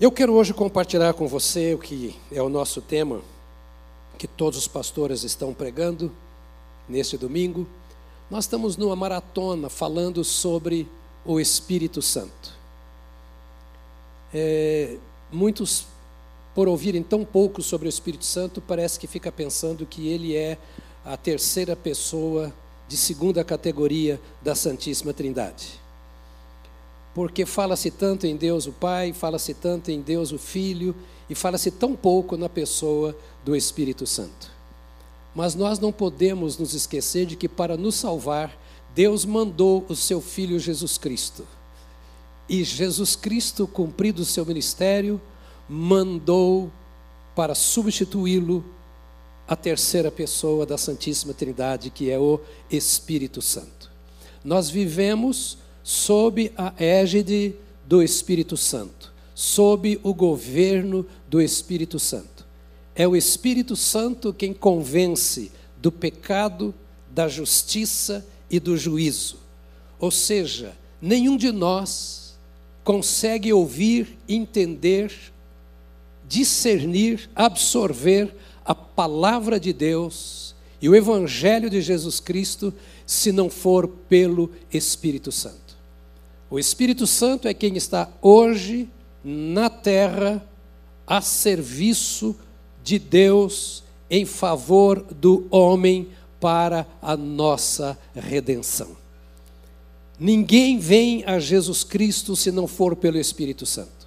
Eu quero hoje compartilhar com você o que é o nosso tema, que todos os pastores estão pregando neste domingo. Nós estamos numa maratona falando sobre o Espírito Santo. Muitos, por ouvirem tão pouco sobre o Espírito Santo, parece que fica pensando que ele é a terceira pessoa de segunda categoria da Santíssima Trindade. Porque fala-se tanto em Deus o Pai, fala-se tanto em Deus o Filho, e fala-se tão pouco na pessoa do Espírito Santo. Mas nós não podemos nos esquecer de que para nos salvar, Deus mandou o seu Filho Jesus Cristo. E Jesus Cristo, cumprido o seu ministério, mandou para substituí-lo a terceira pessoa da Santíssima Trindade, que é o Espírito Santo. Nós vivemos sob a égide do Espírito Santo, sob o governo do Espírito Santo. É o Espírito Santo quem convence do pecado, da justiça e do juízo. Ou seja, nenhum de nós consegue ouvir, entender, discernir, absorver a palavra de Deus e o Evangelho de Jesus Cristo se não for pelo Espírito Santo. O Espírito Santo é quem está hoje na terra a serviço de Deus em favor do homem para a nossa redenção. Ninguém vem a Jesus Cristo se não for pelo Espírito Santo.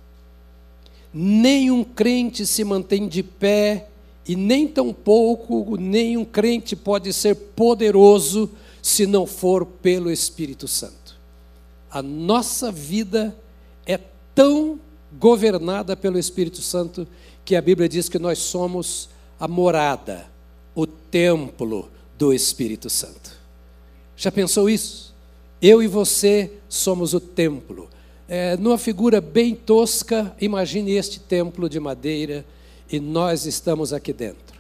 Nenhum crente se mantém de pé e nem tampouco nenhum crente pode ser poderoso se não for pelo Espírito Santo. A nossa vida é tão governada pelo Espírito Santo que a Bíblia diz que nós somos a morada, o templo do Espírito Santo. Já pensou isso? Eu e você somos o templo. Numa figura bem tosca, imagine este templo de madeira e nós estamos aqui dentro.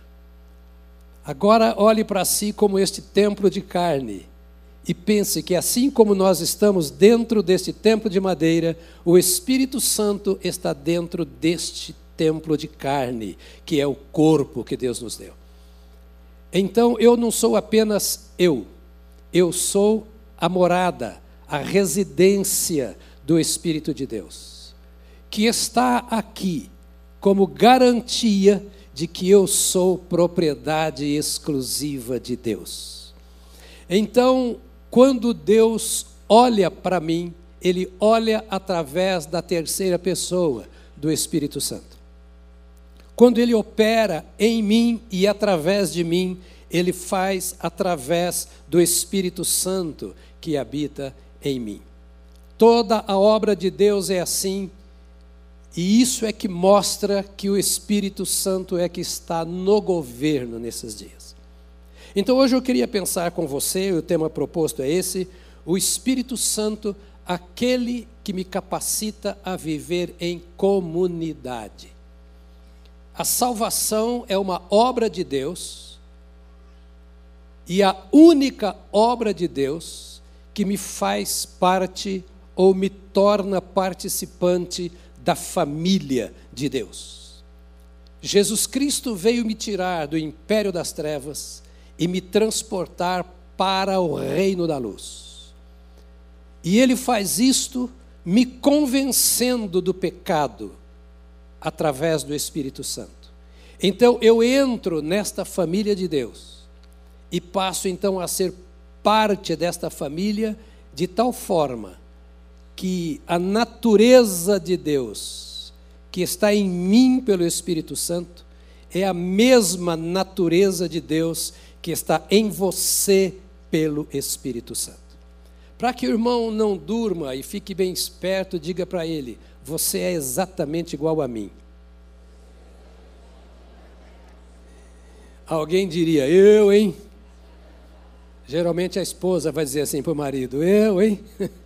Agora olhe para si como este templo de carne. E pense que assim como nós estamos dentro deste templo de madeira, o Espírito Santo está dentro deste templo de carne, que é o corpo que Deus nos deu. Então eu não sou apenas eu sou a morada, a residência do Espírito de Deus, que está aqui como garantia de que eu sou propriedade exclusiva de Deus. Então, quando Deus olha para mim, Ele olha através da terceira pessoa do Espírito Santo. Quando Ele opera em mim e através de mim, Ele faz através do Espírito Santo que habita em mim. Toda a obra de Deus é assim, e isso é que mostra que o Espírito Santo é que está no governo nesses dias. Então hoje eu queria pensar com você, o tema proposto é esse, o Espírito Santo, aquele que me capacita a viver em comunidade. A salvação é uma obra de Deus, e a única obra de Deus que me faz parte ou me torna participante da família de Deus. Jesus Cristo veio me tirar do império das trevas e me transportar para o reino da luz. E Ele faz isto me convencendo do pecado através do Espírito Santo. Então eu entro nesta família de Deus e passo então a ser parte desta família de tal forma que a natureza de Deus que está em mim pelo Espírito Santo é a mesma natureza de Deus que está em você pelo Espírito Santo. Para que o irmão não durma e fique bem esperto, diga para ele: você é exatamente igual a mim. Alguém diria: eu, hein? Geralmente a esposa vai dizer assim para o marido: eu, hein?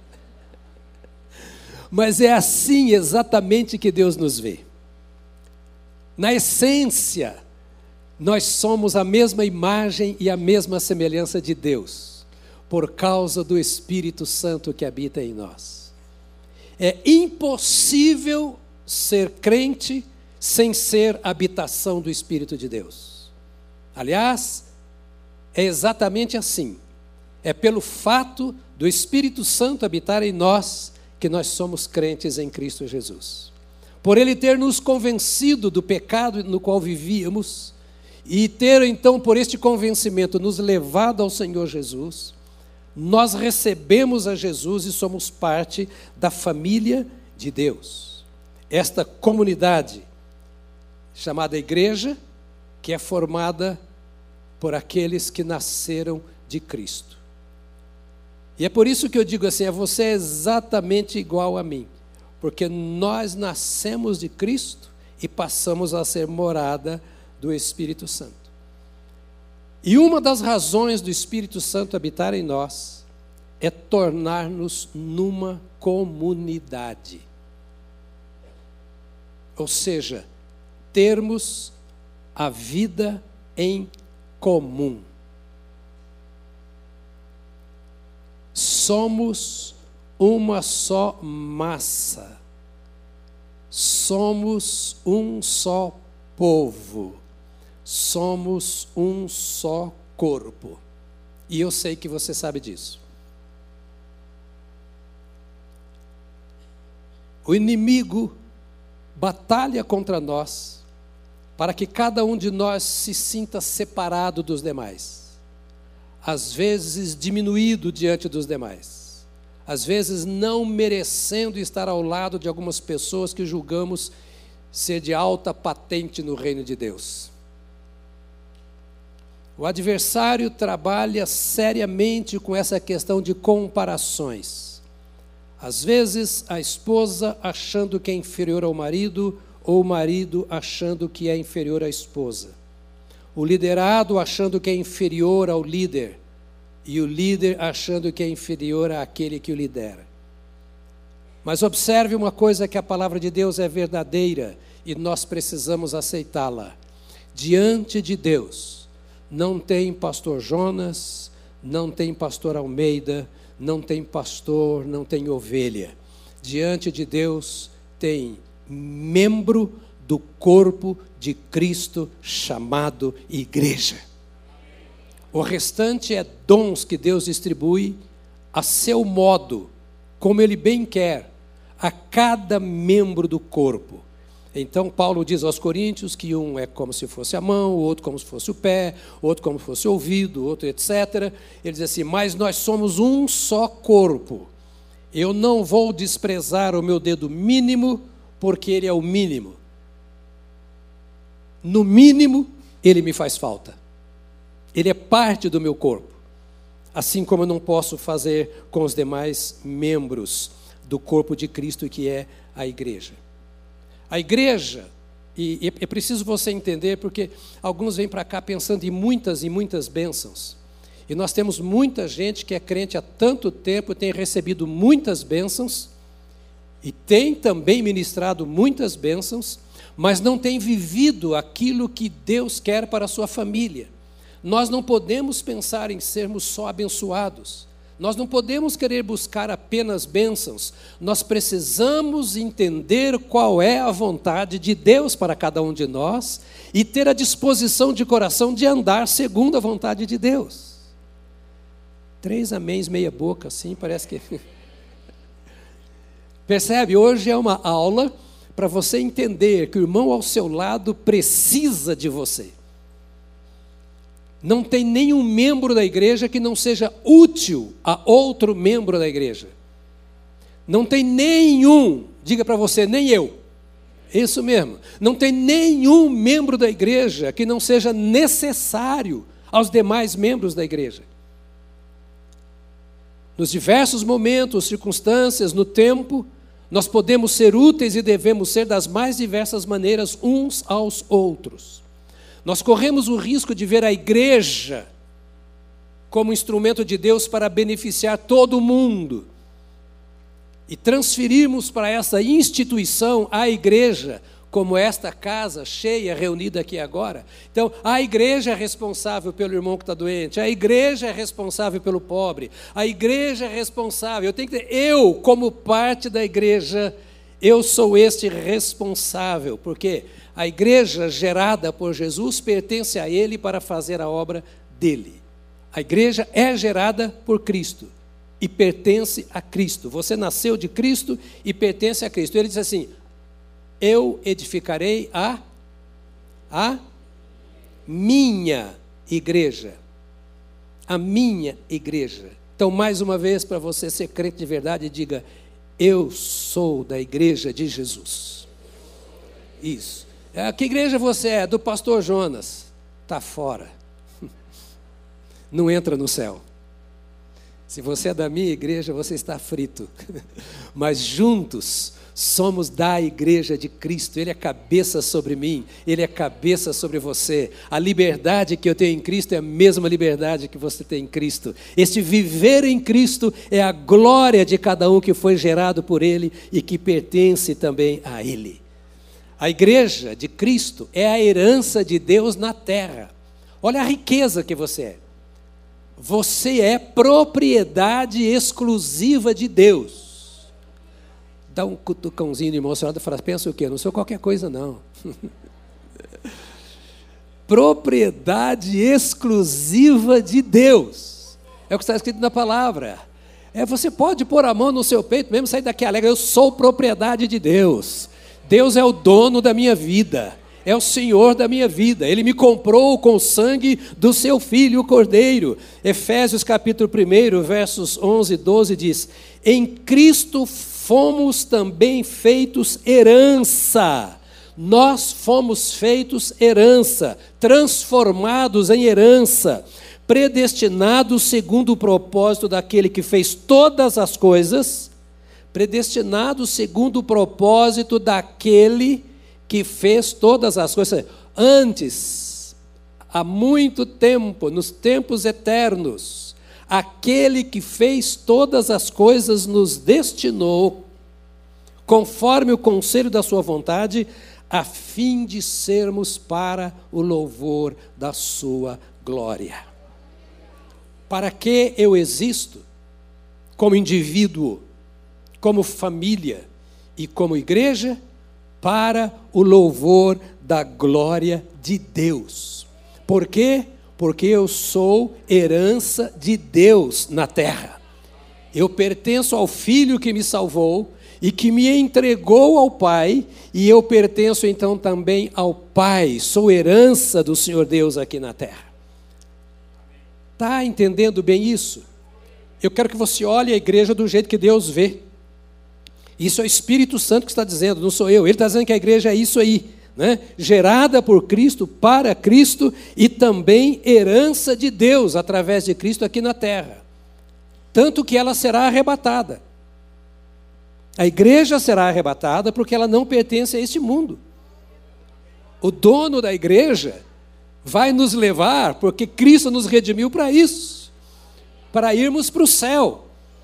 Mas é assim exatamente que Deus nos vê. Na essência, nós somos a mesma imagem e a mesma semelhança de Deus, por causa do Espírito Santo que habita em nós. É impossível ser crente sem ser habitação do Espírito de Deus. Aliás, é exatamente assim. É pelo fato do Espírito Santo habitar em nós que nós somos crentes em Cristo Jesus. Por Ele ter nos convencido do pecado no qual vivíamos e ter então, por este convencimento, nos levado ao Senhor Jesus, nós recebemos a Jesus e somos parte da família de Deus. Esta comunidade chamada igreja, que é formada por aqueles que nasceram de Cristo. E é por isso que eu digo assim, você é exatamente igual a mim, porque nós nascemos de Cristo e passamos a ser morada do Espírito Santo. E uma das razões do Espírito Santo habitar em nós é tornar-nos numa comunidade. Ou seja, termos a vida em comum. Somos uma só massa. Somos um só povo. Somos um só corpo. E eu sei que você sabe disso. O inimigo batalha contra nós para que cada um de nós se sinta separado dos demais, às vezes diminuído diante dos demais, às vezes não merecendo estar ao lado de algumas pessoas que julgamos ser de alta patente no reino de Deus. O adversário trabalha seriamente com essa questão de comparações. Às vezes, a esposa achando que é inferior ao marido, ou o marido achando que é inferior à esposa. O liderado achando que é inferior ao líder, e o líder achando que é inferior àquele que o lidera. Mas observe uma coisa, que a palavra de Deus é verdadeira, e nós precisamos aceitá-la. Diante de Deus, não tem pastor Jonas, não tem pastor Almeida, não tem pastor, não tem ovelha. Diante de Deus tem membro do corpo de Cristo chamado igreja. O restante é dons que Deus distribui a seu modo, como Ele bem quer, a cada membro do corpo. Então Paulo diz aos Coríntios que um é como se fosse a mão, o outro como se fosse o pé, o outro como se fosse o ouvido, o outro etc. Ele diz assim, mas nós somos um só corpo. Eu não vou desprezar o meu dedo mínimo, porque ele é o mínimo. No mínimo, ele me faz falta. Ele é parte do meu corpo. Assim como eu não posso fazer com os demais membros do corpo de Cristo, que é a igreja. A igreja, e é preciso você entender, porque alguns vêm para cá pensando em muitas e muitas bênçãos. E nós temos muita gente que é crente há tanto tempo, tem recebido muitas bênçãos, e tem também ministrado muitas bênçãos, mas não tem vivido aquilo que Deus quer para a sua família. Nós não podemos pensar em sermos só abençoados. Nós não podemos querer buscar apenas bênçãos. Nós precisamos entender qual é a vontade de Deus para cada um de nós e ter a disposição de coração de andar segundo a vontade de Deus. 3 améns, meia boca, assim, parece que... Percebe? Hoje é uma aula para você entender que o irmão ao seu lado precisa de você. Não tem nenhum membro da igreja que não seja útil a outro membro da igreja. Não tem nenhum, diga para você, nem eu. Isso mesmo. Não tem nenhum membro da igreja que não seja necessário aos demais membros da igreja. Nos diversos momentos, circunstâncias, no tempo, nós podemos ser úteis e devemos ser das mais diversas maneiras uns aos outros. Nós corremos o risco de ver a igreja como instrumento de Deus para beneficiar todo mundo e transferirmos para essa instituição, a igreja, como esta casa cheia, reunida aqui agora. Então, a igreja é responsável pelo irmão que está doente, a igreja é responsável pelo pobre, a igreja é responsável. Eu, como parte da igreja, Eu sou este responsável, porque a igreja gerada por Jesus pertence a Ele para fazer a obra dele. A igreja é gerada por Cristo e pertence a Cristo. Você nasceu de Cristo e pertence a Cristo. Ele diz assim: eu edificarei a minha igreja. A minha igreja. Então, mais uma vez, para você ser crente de verdade, diga: eu sou da igreja de Jesus. Isso. Que igreja você é? Do pastor Jonas. Está fora. Não entra no céu. Se você é da minha igreja, você está frito. Mas juntos somos da igreja de Cristo. Ele é cabeça sobre mim, Ele é cabeça sobre você. A liberdade que eu tenho em Cristo é a mesma liberdade que você tem em Cristo. Este viver em Cristo é a glória de cada um que foi gerado por Ele e que pertence também a Ele. A igreja de Cristo é a herança de Deus na terra. Olha a riqueza que você é. Você é propriedade exclusiva de Deus. Dá um cutucãozinho emocionado e fala: pensa o quê? Não sou qualquer coisa, não. Propriedade exclusiva de Deus. É o que está escrito na palavra. Você pode pôr a mão no seu peito, mesmo sair daqui alegre: eu sou propriedade de Deus. Deus é o dono da minha vida. É o Senhor da minha vida. Ele me comprou com o sangue do seu Filho, o Cordeiro. Efésios capítulo 1, versos 11 e 12 diz: em Cristo fomos também feitos herança. Nós fomos feitos herança, transformados em herança, predestinados segundo o propósito daquele que fez todas as coisas, predestinados segundo o propósito daquele que fez todas as coisas. Antes, há muito tempo, nos tempos eternos, aquele que fez todas as coisas nos destinou, conforme o conselho da sua vontade, a fim de sermos para o louvor da sua glória. Para que eu existo? Como indivíduo, como família e como igreja? Para o louvor da glória de Deus. Por quê? Porque eu sou herança de Deus na terra. Eu pertenço ao Filho que me salvou e que me entregou ao Pai, e eu pertenço então também ao Pai. Sou herança do Senhor Deus aqui na terra. Está entendendo bem isso? Eu quero que você olhe a igreja do jeito que Deus vê. Isso é o Espírito Santo que está dizendo, não sou eu. Ele está dizendo que a igreja é isso aí, né? Gerada por Cristo, para Cristo, e também herança de Deus através de Cristo aqui na terra. Tanto que ela será arrebatada. A igreja será arrebatada porque ela não pertence a este mundo. O dono da igreja vai nos levar, porque Cristo nos redimiu para isso, para irmos para o céu.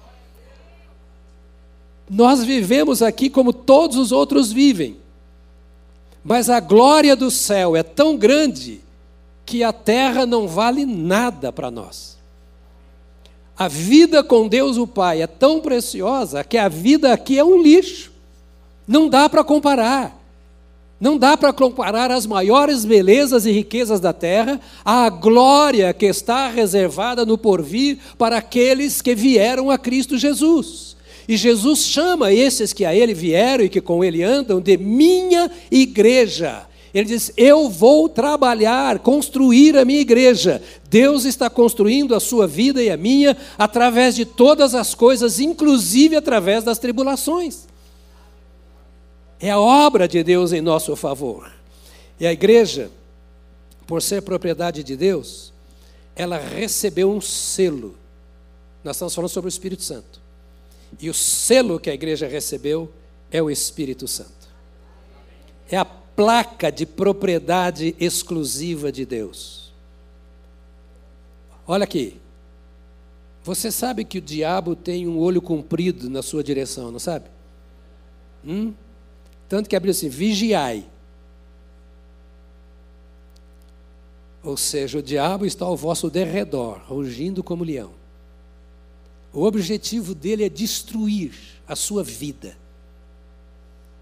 Nós vivemos aqui como todos os outros vivem, mas a glória do céu é tão grande que a terra não vale nada para nós. A vida com Deus o Pai é tão preciosa que a vida aqui é um lixo. Não dá para comparar. Não dá para comparar as maiores belezas e riquezas da terra à glória que está reservada no porvir para aqueles que vieram a Cristo Jesus. E Jesus chama esses que a Ele vieram e que com Ele andam de minha igreja. Ele diz: eu vou trabalhar, construir a minha igreja. Deus está construindo a sua vida e a minha através de todas as coisas, inclusive através das tribulações. É a obra de Deus em nosso favor. E a igreja, por ser propriedade de Deus, ela recebeu um selo. Nós estamos falando sobre o Espírito Santo. E o selo que a igreja recebeu é o Espírito Santo. É a placa de propriedade exclusiva de Deus. Olha aqui. Você sabe que o diabo tem um olho comprido na sua direção, não sabe? Tanto que abriu assim: vigiai. Ou seja, o diabo está ao vosso derredor, rugindo como leão. O objetivo dele é destruir a sua vida.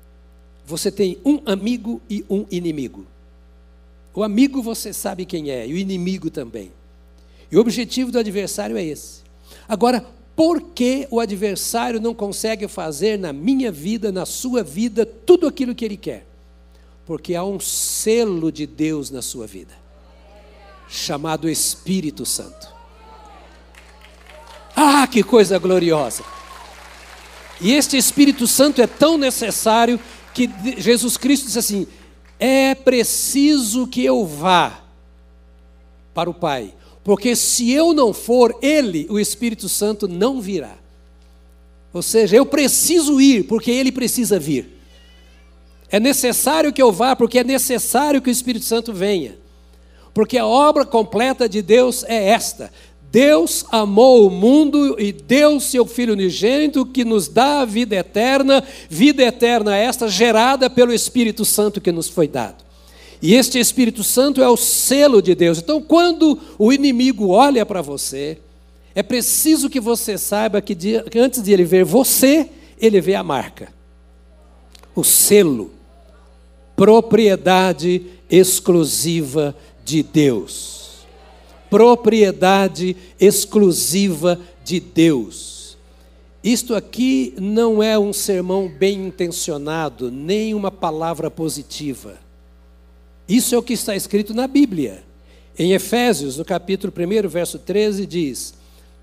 você tem um amigo e um inimigo. O amigo você sabe quem é, e o inimigo também. E o objetivo do adversário é esse. Agora, por que o adversário não consegue fazer na minha vida, na sua vida, tudo aquilo que ele quer? Porque há um selo de Deus na sua vida, chamado Espírito Santo. Ah, que coisa gloriosa! E este Espírito Santo é tão necessário que Jesus Cristo disse assim: é preciso que eu vá para o Pai, porque se eu não for, Ele, o Espírito Santo, não virá. Ou seja, eu preciso ir, porque Ele precisa vir. É necessário que eu vá, porque é necessário que o Espírito Santo venha. Porque a obra completa de Deus é esta: Deus amou o mundo e deu seu Filho unigênito, que nos dá a vida eterna esta gerada pelo Espírito Santo que nos foi dado. E este Espírito Santo é o selo de Deus. Então, quando o inimigo olha para você, é preciso que você saiba que antes de ele ver você, ele vê a marca, o selo, propriedade exclusiva de Deus. Propriedade exclusiva de Deus. Isto aqui não é um sermão bem intencionado, nem uma palavra positiva. Isso é o que está escrito na Bíblia. Em Efésios, no capítulo 1, verso 13, diz: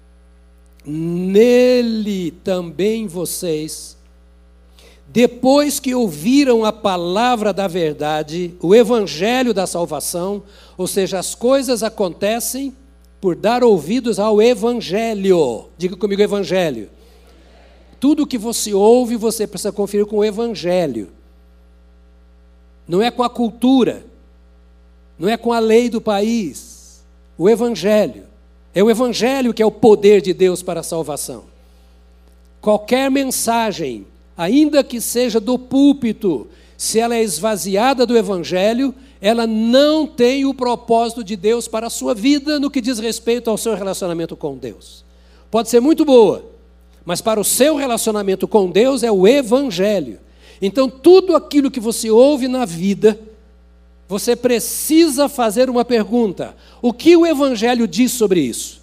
nele também vocês, depois que ouviram a palavra da verdade, o evangelho da salvação, ou seja, as coisas acontecem por dar ouvidos ao evangelho. Diga comigo, evangelho. Tudo que você ouve, você precisa conferir com o evangelho. Não é com a cultura, não é com a lei do país. O evangelho. É o evangelho que é o poder de Deus para a salvação. Qualquer mensagem, ainda que seja do púlpito, se ela é esvaziada do evangelho, ela não tem o propósito de Deus para a sua vida no que diz respeito ao seu relacionamento com Deus. Pode ser muito boa, mas para o seu relacionamento com Deus é o evangelho. Então, tudo aquilo que você ouve na vida, você precisa fazer uma pergunta: o que o evangelho diz sobre isso?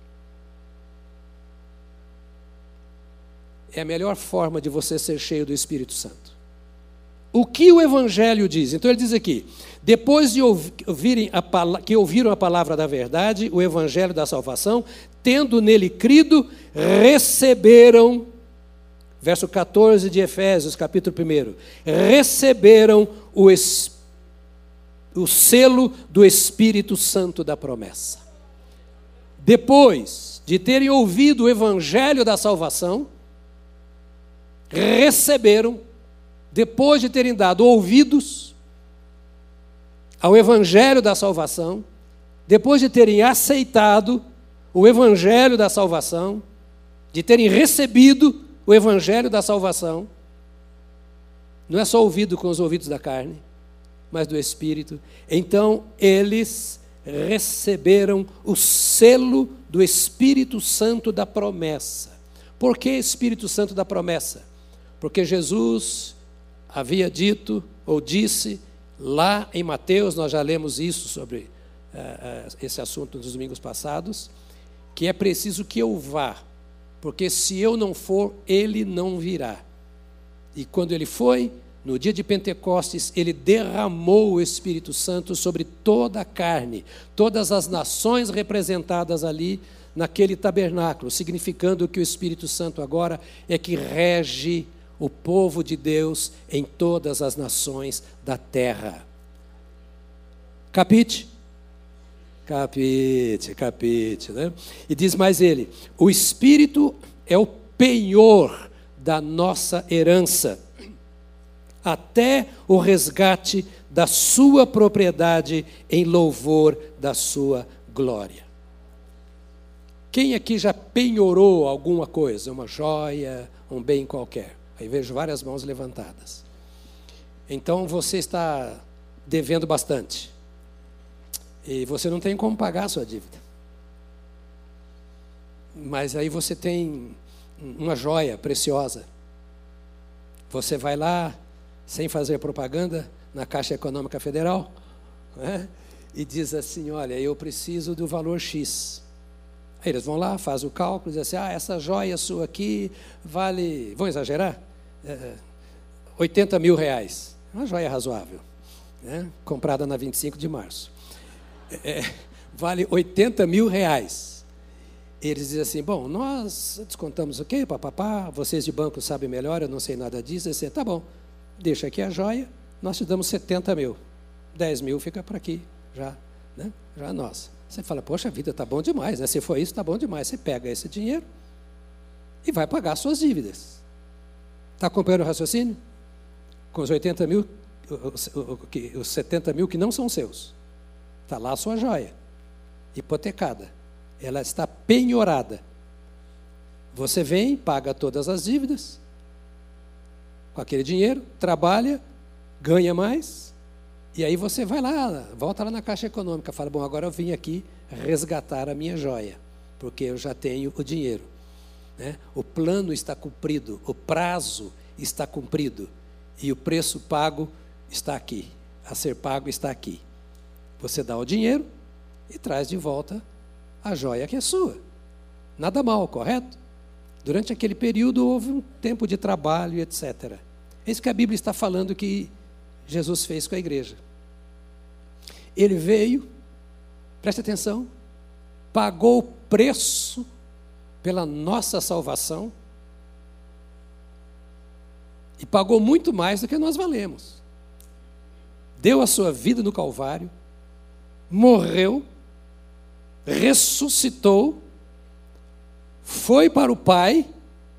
É a melhor forma de você ser cheio do Espírito Santo. O que o evangelho diz? Então ele diz aqui: depois de ouviram a palavra da verdade, o evangelho da salvação, tendo nele crido, receberam, verso 14 de Efésios, capítulo 1, receberam o selo do Espírito Santo da promessa. Depois de terem ouvido o evangelho da salvação, receberam, depois de terem dado ouvidos ao evangelho da salvação, depois de terem aceitado o evangelho da salvação, de terem recebido o evangelho da salvação, não é só ouvido com os ouvidos da carne, mas do Espírito, então eles receberam o selo do Espírito Santo da promessa. Por que Espírito Santo da promessa? Porque Jesus havia dito, ou disse, lá em Mateus, nós já lemos isso sobre esse assunto nos domingos passados, que é preciso que eu vá, porque se eu não for, ele não virá. E quando ele foi, no dia de Pentecostes, ele derramou o Espírito Santo sobre toda a carne, todas as nações representadas ali naquele tabernáculo, significando que o Espírito Santo agora é que rege o povo de Deus em todas as nações da terra. Capite? Capite, né? E diz mais ele: o Espírito é o penhor da nossa herança, até o resgate da sua propriedade em louvor da sua glória. Quem aqui já penhorou alguma coisa, uma joia, um bem qualquer? Aí vejo várias mãos levantadas. Então você está devendo bastante. E você não tem como pagar a sua dívida. Mas aí você tem uma joia preciosa. Você vai lá, sem fazer propaganda, na Caixa Econômica Federal, né? E diz assim, olha, eu preciso do valor X. Aí eles vão lá, fazem o cálculo, dizem assim, essa joia sua aqui vale, vão exagerar? 80 mil reais. Uma joia razoável, né? Comprada na 25 de março. Vale 80 mil reais. Eles dizem assim, bom, nós descontamos o quê, papapá, vocês de banco sabem melhor, eu não sei nada disso. Eles dizem, tá bom, deixa aqui a joia, nós te damos 70 mil. 10 mil fica por aqui, já, né? Já nós. Você fala, poxa vida, tá bom demais, né? Se for isso, tá bom demais. Você pega esse dinheiro e vai pagar suas dívidas. Está acompanhando o raciocínio? Com os 80 mil, os 70 mil que não são seus. Está lá a sua joia, hipotecada. Ela está penhorada. Você vem, paga todas as dívidas, com aquele dinheiro, trabalha, ganha mais, e aí você vai lá, volta lá na Caixa Econômica, fala, bom, agora eu vim aqui resgatar a minha joia, porque eu já tenho o dinheiro, né? O plano está cumprido, o prazo está cumprido, e o preço pago está aqui, a ser pago está aqui. Você dá o dinheiro e traz de volta a joia que é sua. Nada mal, correto? Durante aquele período houve um tempo de trabalho, etc. É isso que a Bíblia está falando que Jesus fez com a igreja. Ele veio, preste atenção, pagou o preço pela nossa salvação e pagou muito mais do que nós valemos. Deu a sua vida no Calvário, morreu, ressuscitou, foi para o Pai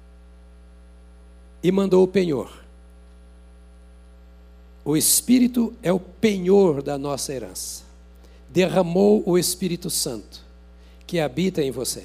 e mandou o penhor. O Espírito é o penhor da nossa herança. Derramou o Espírito Santo, que habita em você.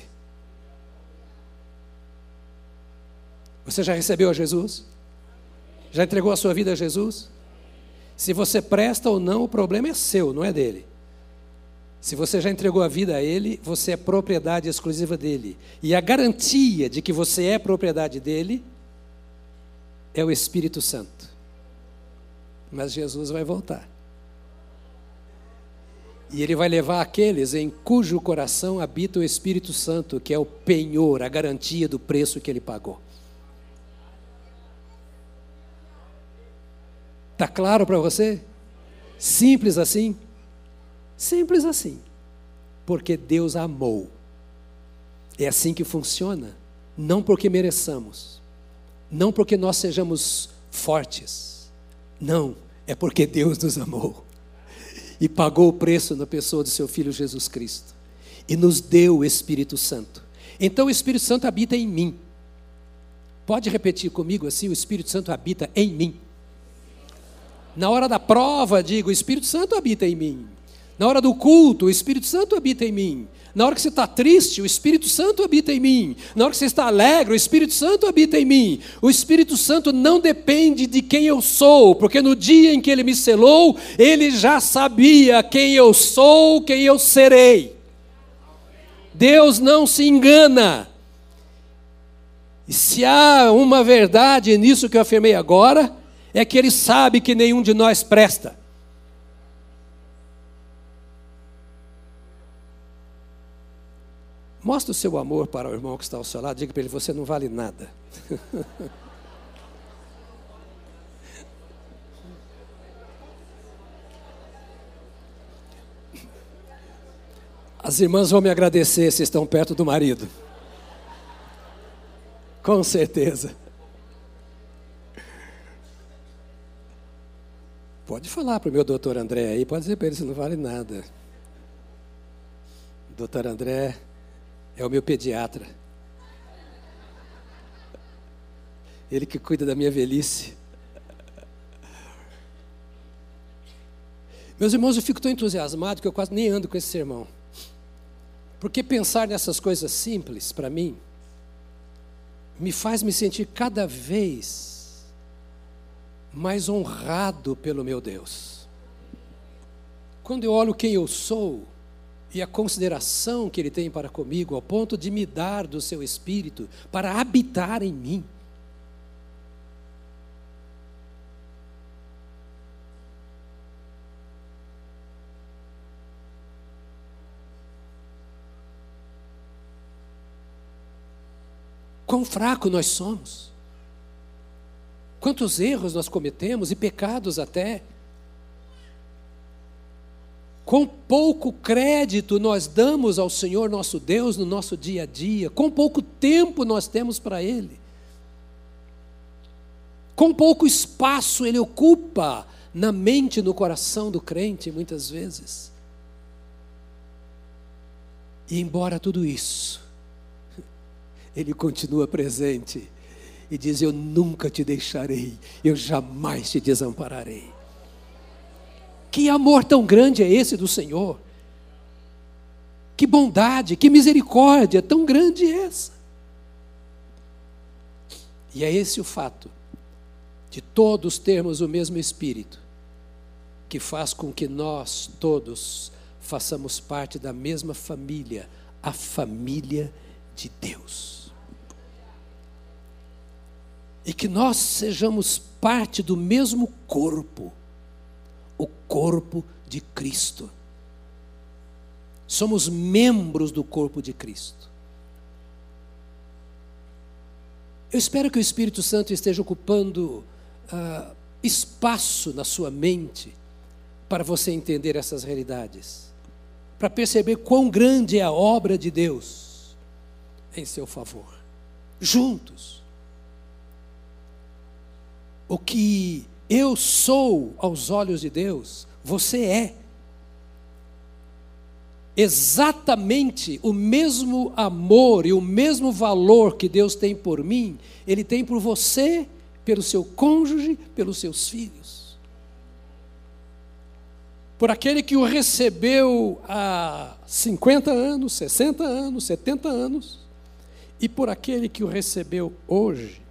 Você já recebeu a Jesus? Já entregou a sua vida a Jesus? Se você presta ou não, o problema é seu, não é dele. Se você já entregou a vida a Ele, você é propriedade exclusiva dEle. E a garantia de que você é propriedade dEle é o Espírito Santo. Mas Jesus vai voltar. E Ele vai levar aqueles em cujo coração habita o Espírito Santo, que é o penhor, a garantia do preço que Ele pagou. Está claro para você? Simples assim? Simples assim, porque Deus amou. É assim que funciona, não porque mereçamos, não porque nós sejamos fortes, não, é porque Deus nos amou e pagou o preço na pessoa do seu Filho Jesus Cristo e nos deu o Espírito Santo. Então o Espírito Santo habita em mim. Pode repetir comigo assim, o Espírito Santo habita em mim. Na hora da prova, digo, o Espírito Santo habita em mim. Na hora do culto, o Espírito Santo habita em mim. Na hora que você está triste, o Espírito Santo habita em mim. Na hora que você está alegre, o Espírito Santo habita em mim. O Espírito Santo não depende de quem eu sou, porque no dia em que Ele me selou, Ele já sabia quem eu sou, quem eu serei. Deus não se engana. E se há uma verdade nisso que eu afirmei agora, é que Ele sabe que nenhum de nós presta. Mostra o seu amor para o irmão que está ao seu lado, diga para ele, você não vale nada. As irmãs vão me agradecer se estão perto do marido. Com certeza. Pode falar para o meu doutor André aí, pode dizer para ele, você não vale nada. Doutor André é o meu pediatra. Ele que cuida da minha velhice. Meus irmãos, eu fico tão entusiasmado que eu quase nem ando com esse sermão. Porque pensar nessas coisas simples, para mim, me faz me sentir cada vez mais honrado pelo meu Deus. Quando eu olho quem eu sou, e a consideração que Ele tem para comigo, ao ponto de me dar do seu Espírito para habitar em mim. quão fraco nós somos, quantos erros nós cometemos e pecados até, quão pouco crédito nós damos ao Senhor nosso Deus no nosso dia a dia, quão pouco tempo nós temos para Ele, quão pouco espaço Ele ocupa na mente e no coração do crente muitas vezes. E embora tudo isso, Ele continua presente e diz: eu nunca te deixarei, eu jamais te desampararei. Que amor tão grande é esse do Senhor? Que bondade, que misericórdia tão grande é essa? E é esse o fato de todos termos o mesmo Espírito, que faz com que nós todos façamos parte da mesma família, a família de Deus. E que nós sejamos parte do mesmo corpo, o corpo de Cristo. Somos membros do corpo de Cristo. Eu espero que o Espírito Santo esteja ocupando espaço na sua mente para você entender essas realidades, para perceber quão grande é a obra de Deus em seu favor. Juntos. O que eu sou aos olhos de Deus, você é. Exatamente o mesmo amor e o mesmo valor que Deus tem por mim, Ele tem por você, pelo seu cônjuge, pelos seus filhos. Por aquele que o recebeu há 50 anos, 60 anos, 70 anos, e por aquele que o recebeu hoje.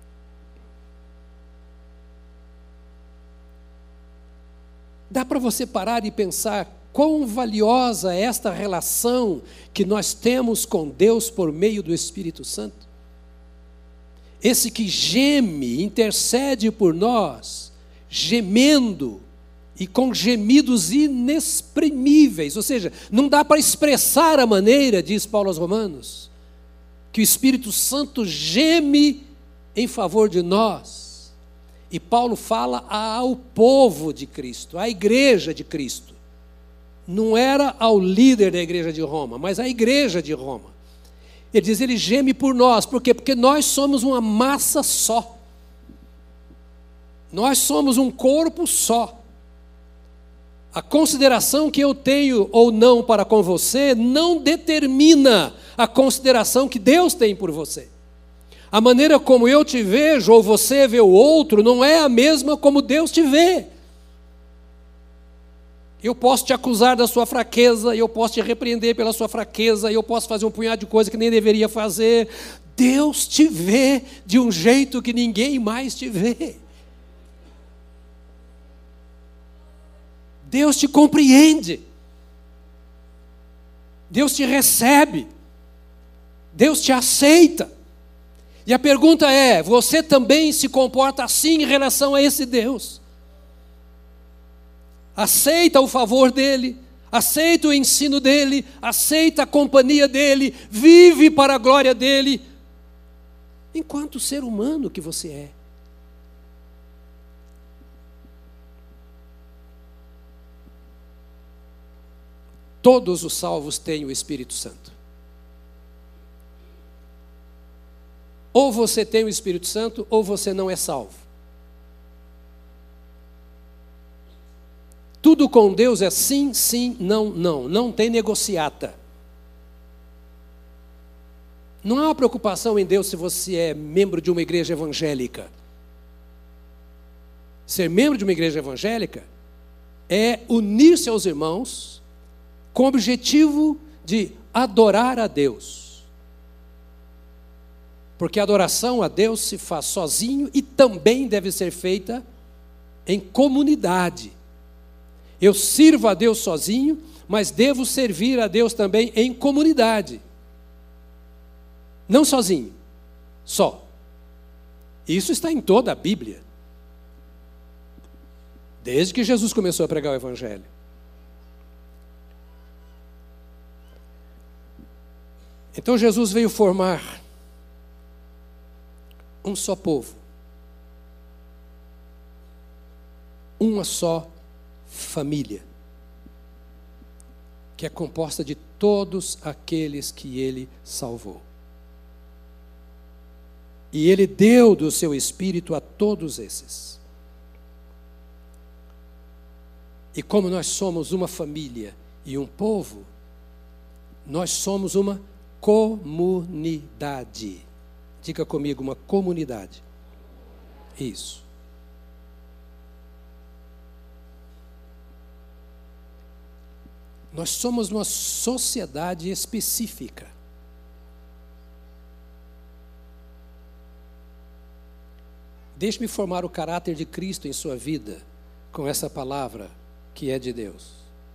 Dá para você parar e pensar quão valiosa é esta relação que nós temos com Deus por meio do Espírito Santo? Esse que geme, intercede por nós, gemendo e com gemidos inexprimíveis. Ou seja, não dá para expressar a maneira, diz Paulo aos Romanos, que o Espírito Santo geme em favor de nós. E Paulo fala ao povo de Cristo, à igreja de Cristo. Não era ao líder da igreja de Roma, mas à igreja de Roma. Ele diz, ele geme por nós. Por quê? Porque nós somos uma massa só. Nós somos um corpo só. A consideração que eu tenho ou não para com você não determina a consideração que Deus tem por você. A maneira como eu te vejo ou você vê o outro não é a mesma como Deus te vê. Eu posso te acusar da sua fraqueza, eu posso te repreender pela sua fraqueza, eu posso fazer um punhado de coisa que nem deveria fazer. Deus te vê de um jeito que ninguém mais te vê. Deus te compreende. Deus te recebe. Deus te aceita. E a pergunta é, você também se comporta assim em relação a esse Deus? Aceita o favor dEle, aceita o ensino dEle, aceita a companhia dEle, vive para a glória dEle, enquanto ser humano que você é. Todos os salvos têm o Espírito Santo. Ou você tem o Espírito Santo, ou você não é salvo. Tudo com Deus é sim, sim, não, não. Não tem negociata. Não há uma preocupação em Deus se você é membro de uma igreja evangélica. Ser membro de uma igreja evangélica é unir-se aos irmãos com o objetivo de adorar a Deus. Porque a adoração a Deus se faz sozinho e também deve ser feita em comunidade. Eu sirvo a Deus sozinho, mas devo servir a Deus também em comunidade. Não sozinho, só. Isso está em toda a Bíblia. Desde que Jesus começou a pregar o Evangelho. Então Jesus veio formar um só povo, uma só família, que é composta de todos aqueles que Ele salvou. E Ele deu do seu Espírito a todos esses. E como nós somos uma família e um povo, nós somos uma comunidade. Diga comigo, uma comunidade. Isso. Nós somos uma sociedade específica. Deixe-me formar o caráter de Cristo em sua vida com essa palavra que é de Deus.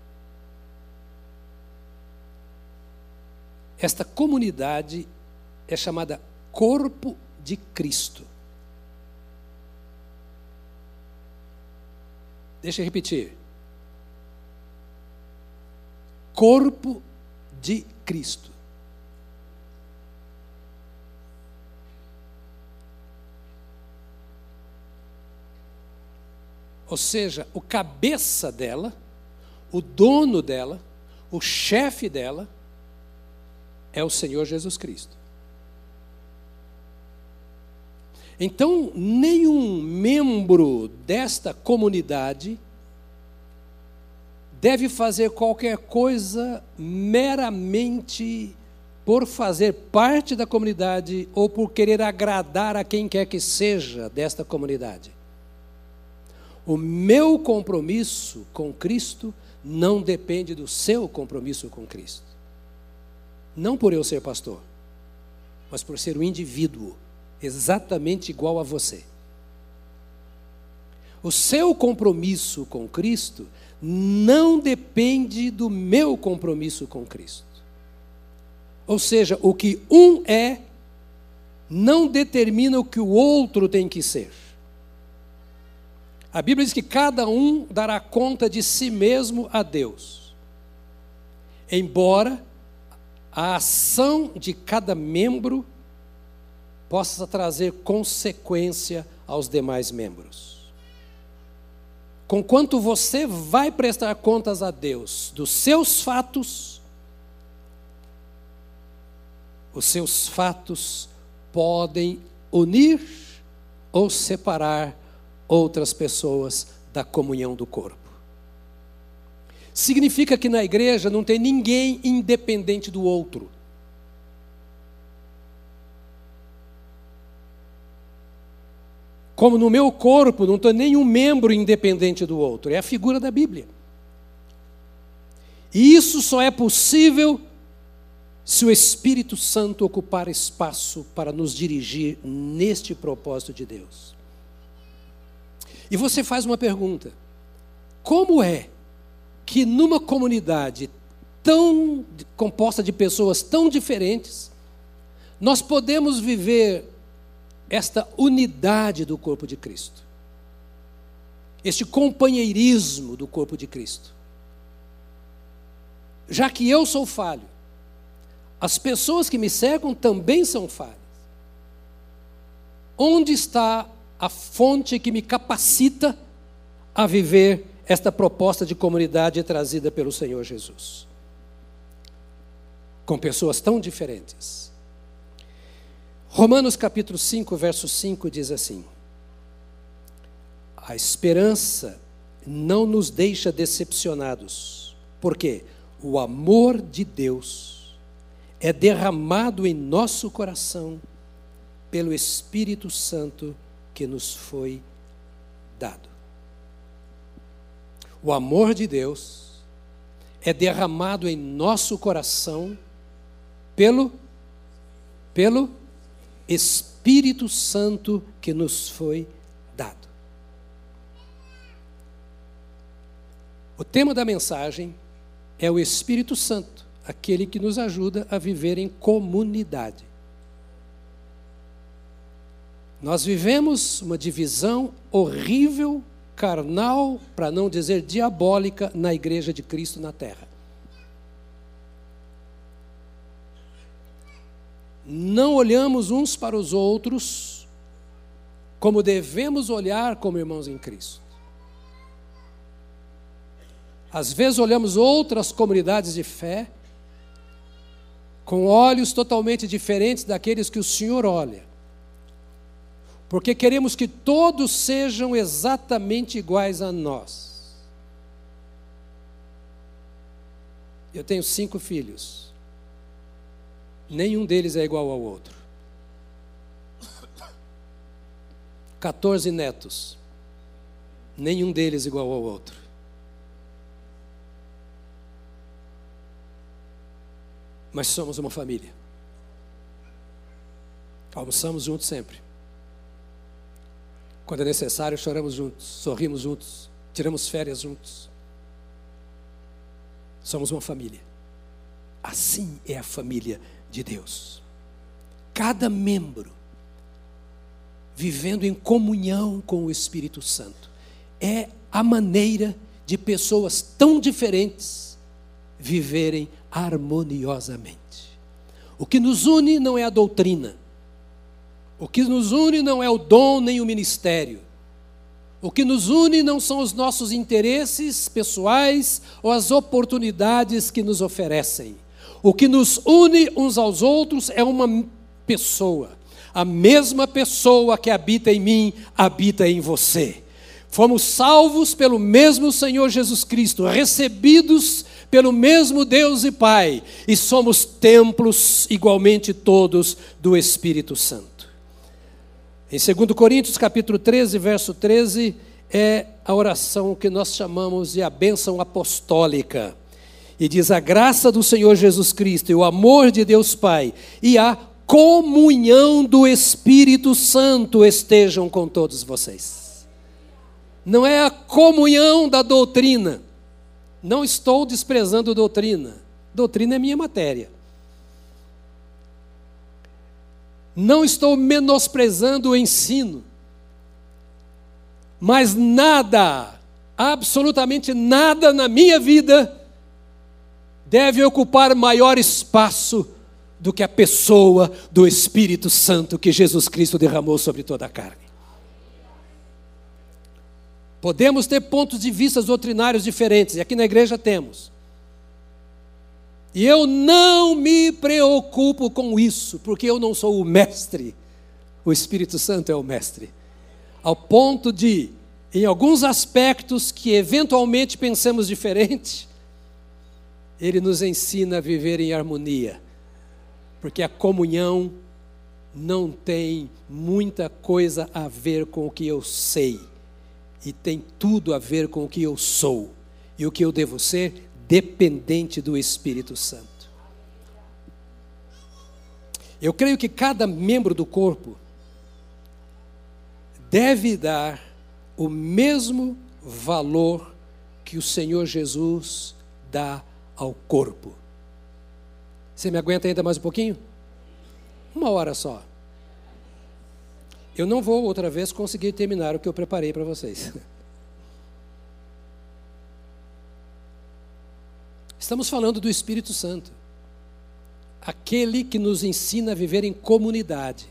Esta comunidade é chamada Corpo de Cristo. Deixa eu repetir. Corpo de Cristo. Ou seja, o cabeça dela, o dono dela, o chefe dela, é o Senhor Jesus Cristo. Então, nenhum membro desta comunidade deve fazer qualquer coisa meramente por fazer parte da comunidade ou por querer agradar a quem quer que seja desta comunidade. O meu compromisso com Cristo não depende do seu compromisso com Cristo. Não por eu ser pastor, mas por ser um indivíduo exatamente igual a você. O seu compromisso com Cristo não depende do meu compromisso com Cristo. Ou seja, o que um é não determina o que o outro tem que ser. A Bíblia diz que cada um dará conta de si mesmo a Deus. Embora a ação de cada membro possa trazer consequência aos demais membros. Conquanto você vai prestar contas a Deus dos seus fatos, os seus fatos podem unir ou separar outras pessoas da comunhão do corpo. Significa que na igreja não tem ninguém independente do outro. Como no meu corpo não tem nenhum membro independente do outro. É a figura da Bíblia. E isso só é possível se o Espírito Santo ocupar espaço para nos dirigir neste propósito de Deus. E você faz uma pergunta: como é que numa comunidade tão composta de pessoas tão diferentes, nós podemos viver esta unidade do corpo de Cristo, este companheirismo do corpo de Cristo? Já que eu sou falho, as pessoas que me cercam também são falhas. Onde está a fonte que me capacita a viver esta proposta de comunidade trazida pelo Senhor Jesus? Com pessoas tão diferentes. Romanos capítulo 5, verso 5 diz assim: a esperança não nos deixa decepcionados, porque o amor de Deus é derramado em nosso coração pelo Espírito Santo que nos foi dado. O amor de Deus é derramado em nosso coração pelo Espírito Santo que nos foi dado. O tema da mensagem é o Espírito Santo, aquele que nos ajuda a viver em comunidade. Nós vivemos uma divisão horrível, carnal, para não dizer diabólica, na igreja de Cristo na terra. Não olhamos uns para os outros como devemos olhar como irmãos em Cristo. Às vezes olhamos outras comunidades de fé com olhos totalmente diferentes daqueles que o Senhor olha, porque queremos que todos sejam exatamente iguais a nós. Eu tenho 5 filhos, nenhum deles é igual ao outro. 14 netos, nenhum deles igual ao outro. Mas somos uma família. Almoçamos juntos sempre. Quando é necessário, choramos juntos, sorrimos juntos, tiramos férias juntos. Somos uma família. Assim é a família de Deus. Cada membro vivendo em comunhão com o Espírito Santo. É a maneira de pessoas tão diferentes viverem harmoniosamente. O que nos une não é a doutrina. O que nos une não é o dom nem o ministério. O que nos une não são os nossos interesses pessoais ou as oportunidades que nos oferecem. O que nos une uns aos outros é uma pessoa. A mesma pessoa que habita em mim, habita em você. Fomos salvos pelo mesmo Senhor Jesus Cristo, recebidos pelo mesmo Deus e Pai, e somos templos igualmente todos do Espírito Santo. Em 2 Coríntios capítulo 13, verso 13, é a oração que nós chamamos de a bênção apostólica. E diz: a graça do Senhor Jesus Cristo e o amor de Deus Pai e a comunhão do Espírito Santo estejam com todos vocês. Não é a comunhão da doutrina. Não estou desprezando doutrina. Doutrina é minha matéria. Não estou menosprezando o ensino. Mas nada, absolutamente nada na minha vida deve ocupar maior espaço do que a pessoa do Espírito Santo que Jesus Cristo derramou sobre toda a carne. Podemos ter pontos de vista doutrinários diferentes, e aqui na igreja temos. E eu não me preocupo com isso, porque eu não sou o mestre. O Espírito Santo é o mestre. Ao ponto de, em alguns aspectos que eventualmente pensamos diferente, Ele nos ensina a viver em harmonia. Porque a comunhão não tem muita coisa a ver com o que eu sei. E tem tudo a ver com o que eu sou. E o que eu devo ser, dependente do Espírito Santo. Eu creio que cada membro do corpo deve dar o mesmo valor que o Senhor Jesus dá ao corpo. Você me aguenta ainda mais um pouquinho? 1 hora só. Eu não vou outra vez conseguir terminar o que eu preparei para vocês. Estamos falando do Espírito Santo, aquele que nos ensina a viver em comunidade.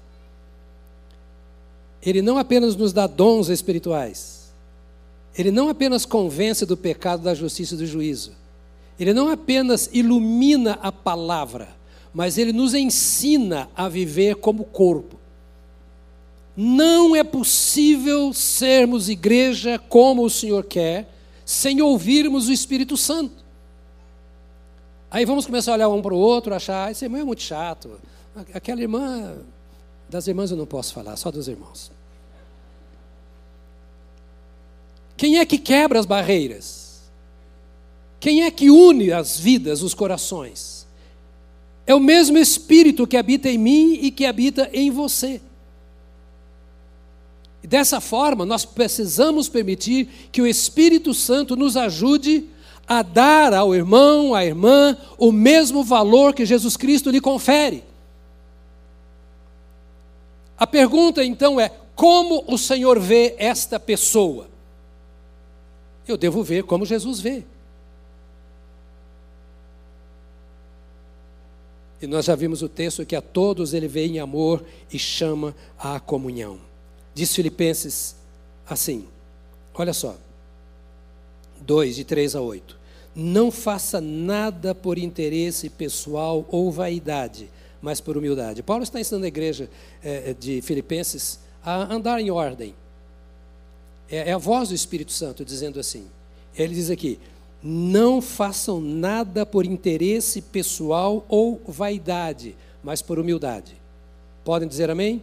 Ele não apenas nos dá dons espirituais, ele não apenas convence do pecado, da justiça e do juízo, ele não apenas ilumina a palavra, mas ele nos ensina a viver como corpo. Não é possível sermos igreja como o Senhor quer, sem ouvirmos o Espírito Santo. Aí vamos começar a olhar um para o outro, achar, esse irmão é muito chato, aquela irmã, das irmãs eu não posso falar, só dos irmãos. Quem é que quebra as barreiras? Quem é que une as vidas, os corações? É o mesmo Espírito que habita em mim e que habita em você. E dessa forma, nós precisamos permitir que o Espírito Santo nos ajude a dar ao irmão, à irmã, o mesmo valor que Jesus Cristo lhe confere. A pergunta então é: como o Senhor vê esta pessoa? Eu devo ver como Jesus vê. E nós já vimos o texto que a todos ele vê em amor e chama à comunhão. Diz Filipenses assim, olha só, 2, de 3 a 8. Não faça nada por interesse pessoal ou vaidade, mas por humildade. Paulo está ensinando a igreja de Filipenses a andar em ordem. É a voz do Espírito Santo dizendo assim. Ele diz aqui, não façam nada por interesse pessoal ou vaidade, mas por humildade. Podem dizer amém?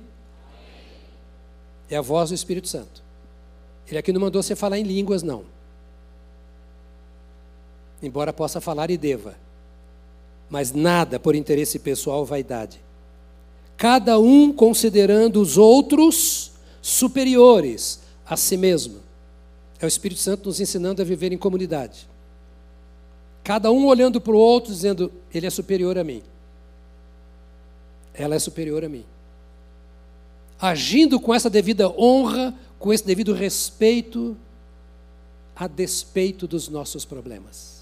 É a voz do Espírito Santo. Ele aqui não mandou você falar em línguas, não. Embora possa falar e deva. Mas nada por interesse pessoal ou vaidade. Cada um considerando os outros superiores a si mesmo. É o Espírito Santo nos ensinando a viver em comunidade. Cada um olhando para o outro dizendo, ele é superior a mim. Ela é superior a mim. Agindo com essa devida honra, com esse devido respeito, a despeito dos nossos problemas.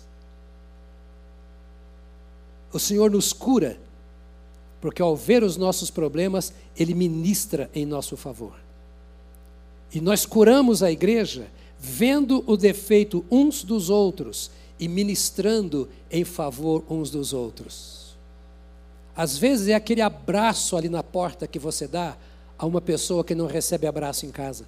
O Senhor nos cura, porque ao ver os nossos problemas, Ele ministra em nosso favor. E nós curamos a igreja, vendo o defeito uns dos outros e ministrando em favor uns dos outros. Às vezes é aquele abraço ali na porta que você dá a uma pessoa que não recebe abraço em casa.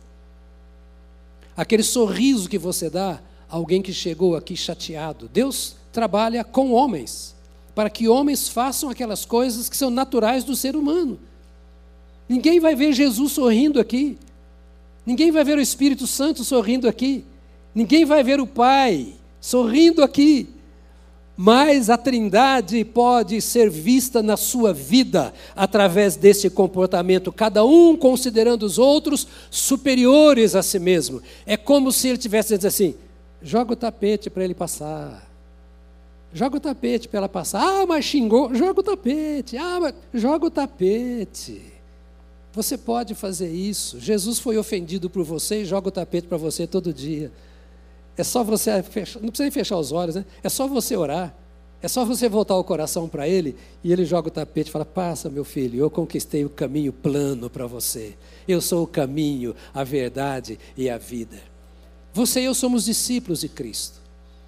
Aquele sorriso que você dá a alguém que chegou aqui chateado. Deus trabalha com homens, para que homens façam aquelas coisas que são naturais do ser humano. Ninguém vai ver Jesus sorrindo aqui. Ninguém vai ver o Espírito Santo sorrindo aqui. Ninguém vai ver o Pai sorrindo aqui. Mas a Trindade pode ser vista na sua vida através desse comportamento, cada um considerando os outros superiores a si mesmo. É como se ele tivesse dizendo assim, joga o tapete para ele passar. Joga o tapete para ela passar. Ah, mas xingou, joga o tapete. Ah, mas joga o tapete. Você pode fazer isso. Jesus foi ofendido por você e joga o tapete para você todo dia. É só você fechar, não precisa nem fechar os olhos, né? É só você orar. É só você voltar o coração para Ele e Ele joga o tapete e fala, passa meu filho, eu conquistei o caminho plano para você. Eu sou o caminho, a verdade e a vida. Você e eu somos discípulos de Cristo.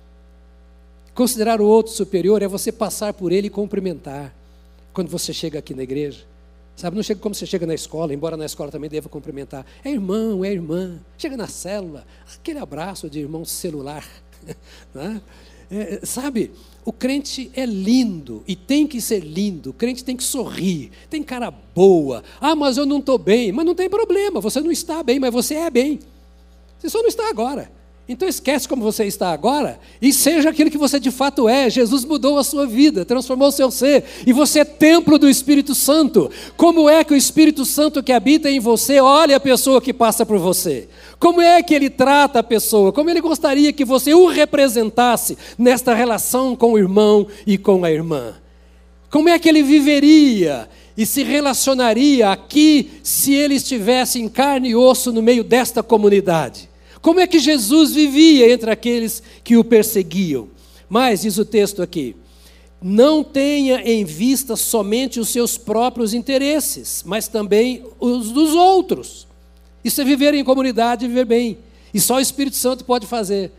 Considerar o outro superior é você passar por ele e cumprimentar. Quando você chega aqui na igreja. Sabe, não chega como você chega na escola, embora na escola também deva cumprimentar. É irmão, é irmã. Chega na célula, aquele abraço de irmão celular. Né? Sabe, o crente é lindo e tem que ser lindo. O crente tem que sorrir, tem cara boa. Ah, mas eu não estou bem. Mas não tem problema, você não está bem, mas você é bem. Você só não está agora. Então esquece como você está agora e seja aquilo que você de fato é. Jesus mudou a sua vida, transformou o seu ser e você é templo do Espírito Santo. Como é que o Espírito Santo que habita em você olha a pessoa que passa por você? Como é que ele trata a pessoa? Como ele gostaria que você o representasse nesta relação com o irmão e com a irmã? Como é que ele viveria e se relacionaria aqui se ele estivesse em carne e osso no meio desta comunidade? Como é que Jesus vivia entre aqueles que o perseguiam? Mas, diz o texto aqui, não tenha em vista somente os seus próprios interesses, mas também os dos outros. Isso é viver em comunidade e viver bem. E só o Espírito Santo pode fazer.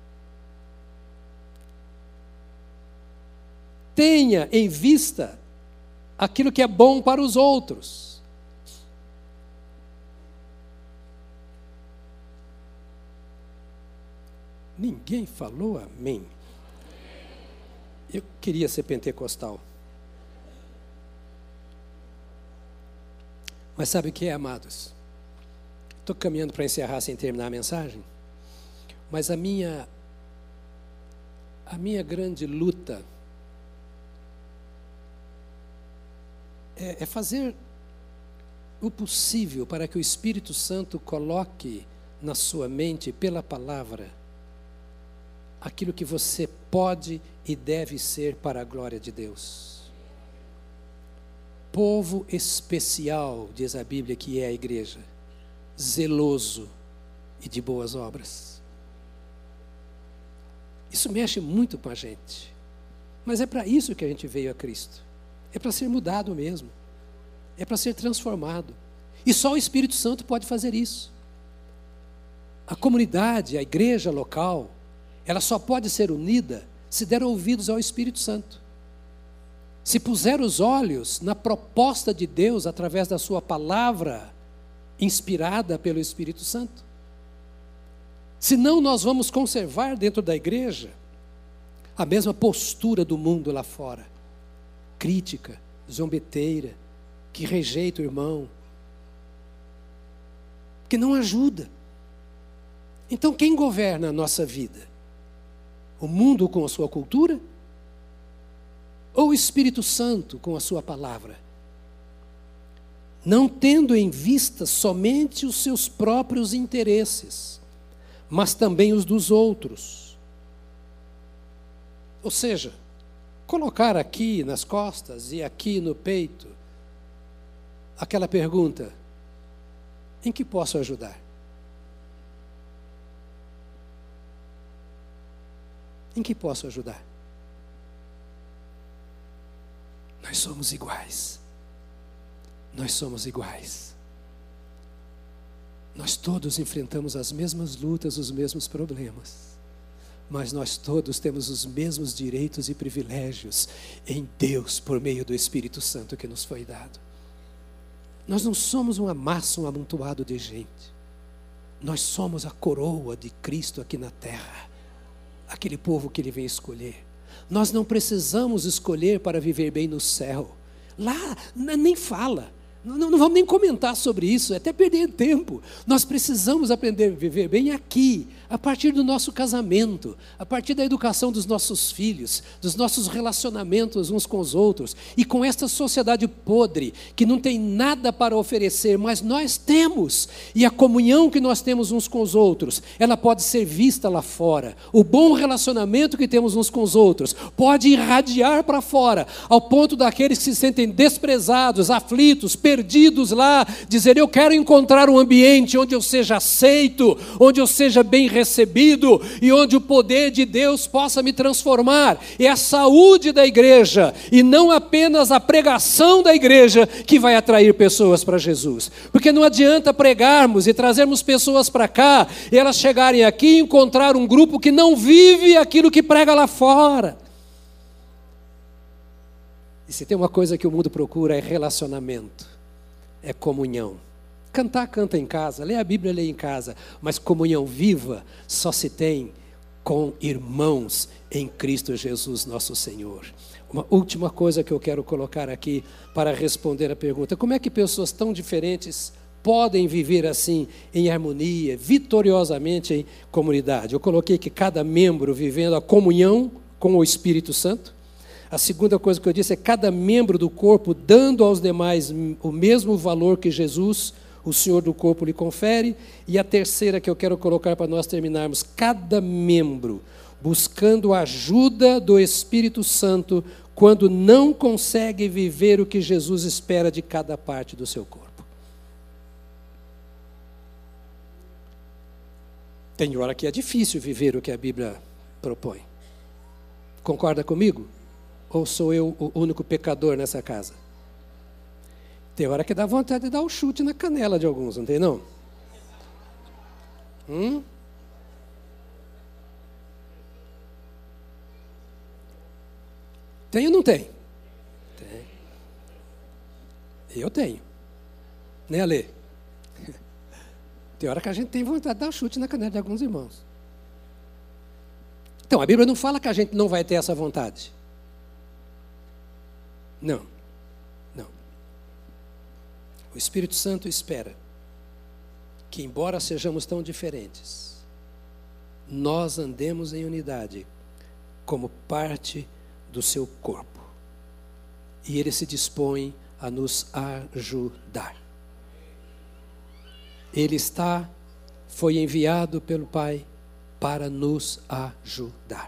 Tenha em vista aquilo que é bom para os outros. Ninguém falou amém. Eu queria ser pentecostal. Mas sabe o que é, amados? Estou caminhando para encerrar sem terminar a mensagem. Mas a minha grande luta é fazer o possível para que o Espírito Santo coloque na sua mente, pela palavra, aquilo que você pode e deve ser para a glória de Deus. Povo especial, diz a Bíblia, que é a igreja, zeloso e de boas obras. Isso mexe muito com a gente, mas é para isso que a gente veio a Cristo. É para ser mudado mesmo, é para ser transformado. E só o Espírito Santo pode fazer isso. A comunidade, a igreja local, ela só pode ser unida se der ouvidos ao Espírito Santo. Se puser os olhos na proposta de Deus através da sua palavra, inspirada pelo Espírito Santo. Senão nós vamos conservar dentro da igreja a mesma postura do mundo lá fora. Crítica, zombeteira, que rejeita o irmão, que não ajuda. Então quem governa a nossa vida? O mundo com a sua cultura? Ou o Espírito Santo com a sua palavra? Não tendo em vista somente os seus próprios interesses, mas também os dos outros. Ou seja, colocar aqui nas costas e aqui no peito aquela pergunta: em que posso ajudar? Em que posso ajudar? Nós somos iguais. Nós somos iguais. Nós todos enfrentamos as mesmas lutas, os mesmos problemas. Mas nós todos temos os mesmos direitos e privilégios em Deus, por meio do Espírito Santo que nos foi dado. Nós não somos uma massa, um amontoado de gente. Nós somos a coroa de Cristo aqui na terra. Aquele povo que Ele vem escolher. Nós não precisamos escolher para viver bem no céu. Lá nem fala. Não vamos nem comentar sobre isso, é até perder tempo. Nós precisamos aprender a viver bem aqui, a partir do nosso casamento, a partir da educação dos nossos filhos, dos nossos relacionamentos uns com os outros, e com esta sociedade podre, que não tem nada para oferecer, mas nós temos, e a comunhão que nós temos uns com os outros, ela pode ser vista lá fora. O bom relacionamento que temos uns com os outros pode irradiar para fora, ao ponto daqueles que se sentem desprezados, aflitos, perdidos lá, dizer: eu quero encontrar um ambiente onde eu seja aceito, onde eu seja bem recebido e onde o poder de Deus possa me transformar. É a saúde da igreja e não apenas a pregação da igreja que vai atrair pessoas para Jesus, porque não adianta pregarmos e trazermos pessoas para cá e elas chegarem aqui e encontrar um grupo que não vive aquilo que prega lá fora. E se tem uma coisa que o mundo procura, é relacionamento, é comunhão. Cantar, canta em casa, ler a Bíblia, lê em casa, mas comunhão viva só se tem com irmãos em Cristo Jesus nosso Senhor. Uma última coisa que eu quero colocar aqui para responder a pergunta: como é que pessoas tão diferentes podem viver assim, em harmonia, vitoriosamente em comunidade? Eu coloquei que cada membro vivendo a comunhão com o Espírito Santo. A segunda coisa que eu disse é cada membro do corpo dando aos demais o mesmo valor que Jesus, o Senhor do corpo, lhe confere. E a terceira que eu quero colocar para nós terminarmos: cada membro buscando a ajuda do Espírito Santo quando não consegue viver o que Jesus espera de cada parte do seu corpo. Tem hora que é difícil viver o que a Bíblia propõe. Concorda comigo? Ou sou eu o único pecador nessa casa? Tem hora que dá vontade de dar um chute na canela de alguns, não tem não? Tem ou não tem? Tem. Eu tenho. Né, Alê? Tem hora que a gente tem vontade de dar um chute na canela de alguns irmãos. Então, a Bíblia não fala que a gente não vai ter essa vontade. Não. O Espírito Santo espera que, embora sejamos tão diferentes, nós andemos em unidade como parte do seu corpo. E Ele se dispõe a nos ajudar. Ele foi enviado pelo Pai para nos ajudar.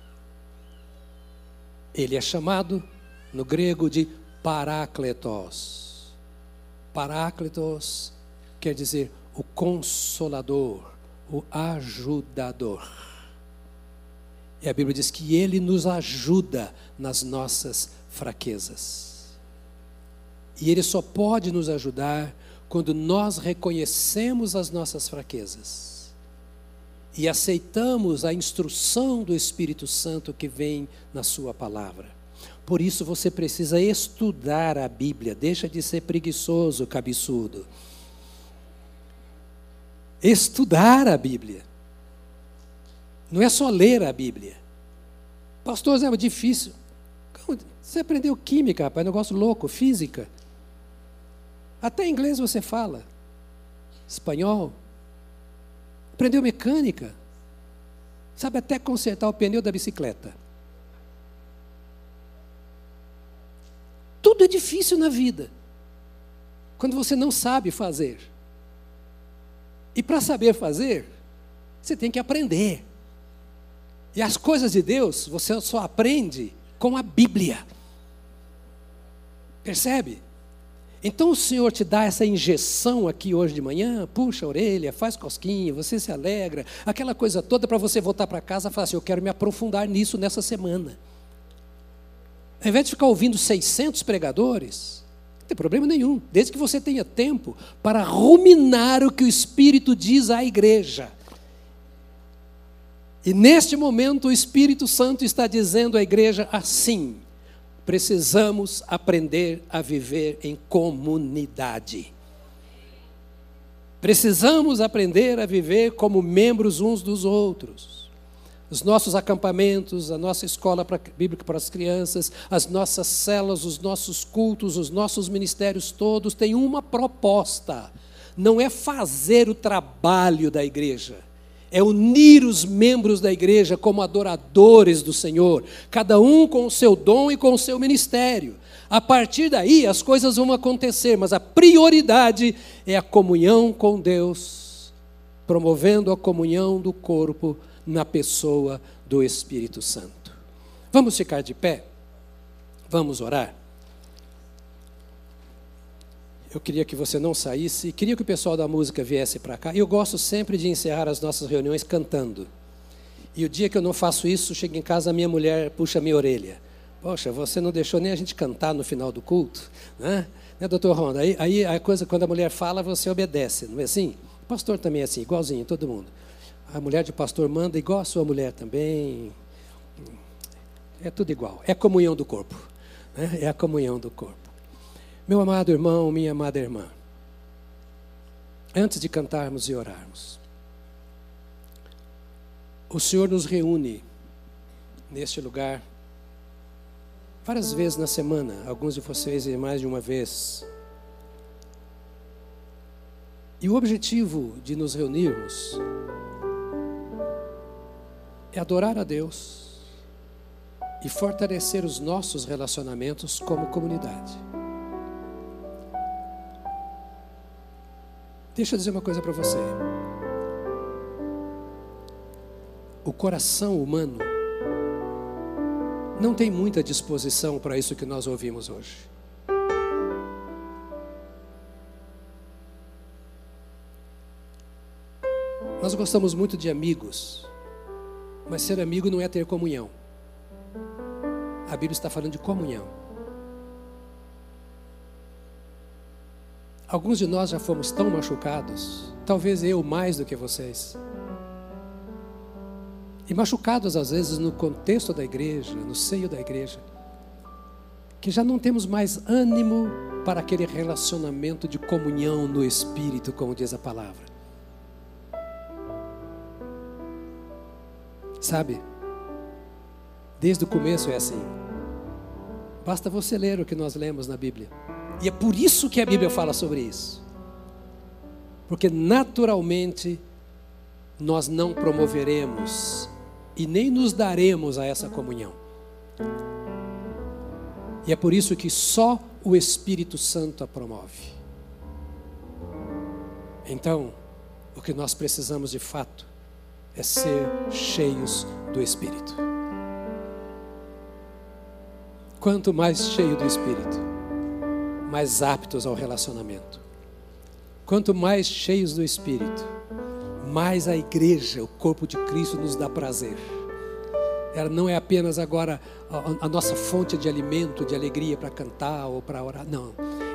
Ele é chamado no grego de Parácletos. Parácletos quer dizer o consolador, o ajudador. E a Bíblia diz que Ele nos ajuda nas nossas fraquezas. E Ele só pode nos ajudar quando nós reconhecemos as nossas fraquezas e aceitamos a instrução do Espírito Santo que vem na sua palavra. Por isso você precisa estudar a Bíblia, deixa de ser preguiçoso, cabeçudo. Estudar a Bíblia. Não é só ler a Bíblia. Pastor, é difícil. Você aprendeu química, rapaz, negócio louco, física. Até inglês você fala. Espanhol. Aprendeu mecânica. Sabe até consertar o pneu da bicicleta. Tudo é difícil na vida. Quando você não sabe fazer. E para saber fazer, você tem que aprender. E as coisas de Deus, você só aprende com a Bíblia. Percebe? Então o Senhor te dá essa injeção aqui hoje de manhã, puxa a orelha, faz cosquinha, você se alegra, aquela coisa toda para você voltar para casa e falar assim, eu quero me aprofundar nisso nessa semana. Ao invés de ficar ouvindo 600 pregadores, não tem problema nenhum, desde que você tenha tempo para ruminar o que o Espírito diz à igreja. E neste momento o Espírito Santo está dizendo à igreja assim, precisamos aprender a viver em comunidade. Precisamos aprender a viver como membros uns dos outros. Os nossos acampamentos, a nossa escola bíblica para as crianças, as nossas células, os nossos cultos, os nossos ministérios todos têm uma proposta. Não é fazer o trabalho da igreja. É unir os membros da igreja como adoradores do Senhor, cada um com o seu dom e com o seu ministério. A partir daí as coisas vão acontecer, mas a prioridade é a comunhão com Deus, promovendo a comunhão do corpo na pessoa do Espírito Santo. Vamos ficar de pé? Vamos orar? Eu queria que você não saísse, queria que o pessoal da música viesse para cá. Eu gosto sempre de encerrar as nossas reuniões cantando. E o dia que eu não faço isso, chego em casa, a minha mulher puxa a minha orelha. Poxa, você não deixou nem a gente cantar no final do culto, né, doutor Ronda? Aí a coisa, quando a mulher fala, você obedece, não é assim? O pastor também é assim, igualzinho, todo mundo. A mulher de pastor manda igual a sua mulher também. É tudo igual, é a comunhão do corpo, né? É a comunhão do corpo. Meu amado irmão, minha amada irmã, antes de cantarmos e orarmos, o Senhor nos reúne neste lugar várias vezes na semana, alguns de vocês mais de uma vez. E o objetivo de nos reunirmos é adorar a Deus e fortalecer os nossos relacionamentos como comunidade. Deixa eu dizer uma coisa para você. O coração humano não tem muita disposição para isso que nós ouvimos hoje. Nós gostamos muito de amigos, mas ser amigo não é ter comunhão. A Bíblia está falando de comunhão. Alguns de nós já fomos tão machucados, talvez eu mais do que vocês. E machucados às vezes no contexto da igreja, no seio da igreja, que já não temos mais ânimo para aquele relacionamento de comunhão no Espírito, como diz a palavra. Sabe? Desde o começo é assim. Basta você ler o que nós lemos na Bíblia. E é por isso que a Bíblia fala sobre isso. Porque naturalmente nós não promoveremos e nem nos daremos a essa comunhão. E é por isso que só o Espírito Santo a promove. Então, o que nós precisamos de fato é ser cheios do Espírito. Quanto mais cheio do Espírito, mais aptos ao relacionamento. Quanto mais cheios do Espírito, mais a igreja, o corpo de Cristo, nos dá prazer. Ela não é apenas agora a nossa fonte de alimento, de alegria para cantar ou para orar. Não,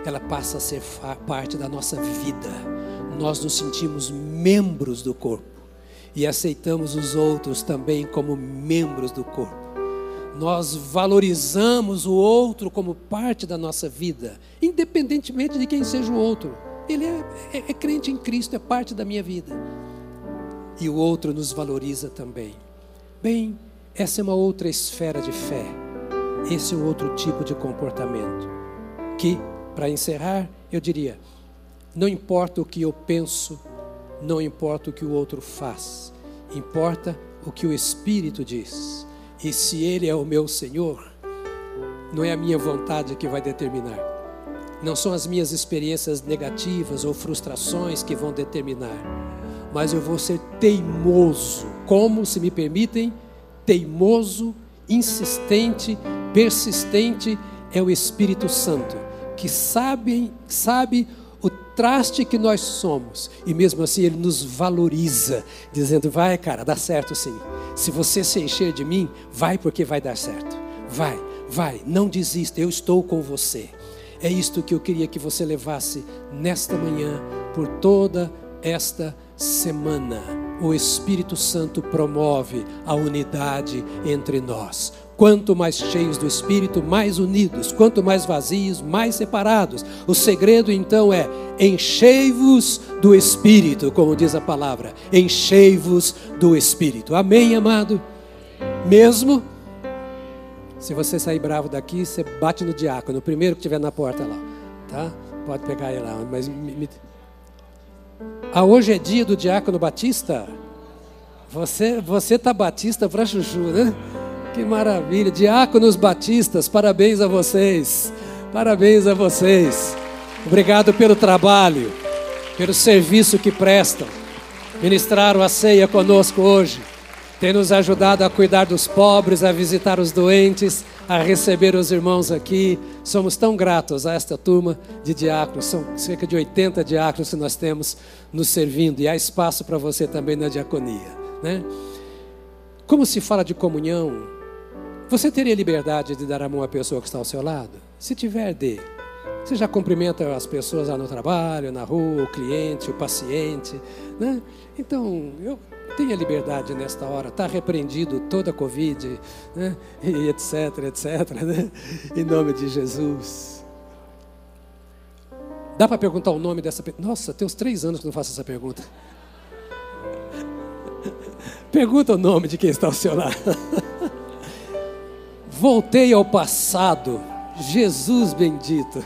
ela passa a ser parte da nossa vida. Nós nos sentimos membros do corpo e aceitamos os outros também como membros do corpo. Nós valorizamos o outro como parte da nossa vida, independentemente de quem seja o outro. Ele é crente em Cristo, é parte da minha vida. E o outro nos valoriza também. Bem, essa é uma outra esfera de fé. Esse é um outro tipo de comportamento. Que, para encerrar, eu diria: não importa o que eu penso, não importa o que o outro faz, importa o que o Espírito diz. E se Ele é o meu Senhor, não é a minha vontade que vai determinar. Não são as minhas experiências negativas ou frustrações que vão determinar. Mas eu vou ser teimoso. Como, se me permitem, teimoso, insistente, persistente, é o Espírito Santo, que sabe o traste que nós somos, e mesmo assim Ele nos valoriza, dizendo: vai, cara, dá certo sim. Se você se encher de mim, vai, porque vai dar certo. Vai, não desista, eu estou com você. É isto que eu queria que você levasse nesta manhã, por toda esta semana. O Espírito Santo promove a unidade entre nós. Quanto mais cheios do Espírito, mais unidos. Quanto mais vazios, mais separados. O segredo então é: enchei-vos do Espírito, como diz a palavra. Enchei-vos do Espírito. Amém, amado? Mesmo se você sair bravo daqui, você bate no diácono, o primeiro que estiver na porta lá, tá? Pode pegar ele lá, mas hoje é dia do diácono batista? Você tá batista pra chuchu, né? Que maravilha, diáconos batistas, parabéns a vocês, parabéns a vocês. Obrigado pelo trabalho, pelo serviço que prestam. Ministraram a ceia conosco hoje, tem nos ajudado a cuidar dos pobres, a visitar os doentes, a receber os irmãos aqui. Somos tão gratos a esta turma de diáconos. São cerca de 80 diáconos que nós temos nos servindo, e há espaço para você também na diaconia, né? Como se fala de comunhão, você teria liberdade de dar a mão à pessoa que está ao seu lado? Se tiver, dê. Você já cumprimenta as pessoas lá no trabalho, na rua, o cliente, o paciente, né? Então, tenha liberdade nesta hora. Está repreendido toda a Covid, né? E etc, né? Em nome de Jesus. Dá para perguntar o nome dessa pessoa? Nossa, tem uns 3 anos que não faço essa pergunta. Pergunta o nome de quem está ao seu lado. Voltei ao passado. Jesus bendito.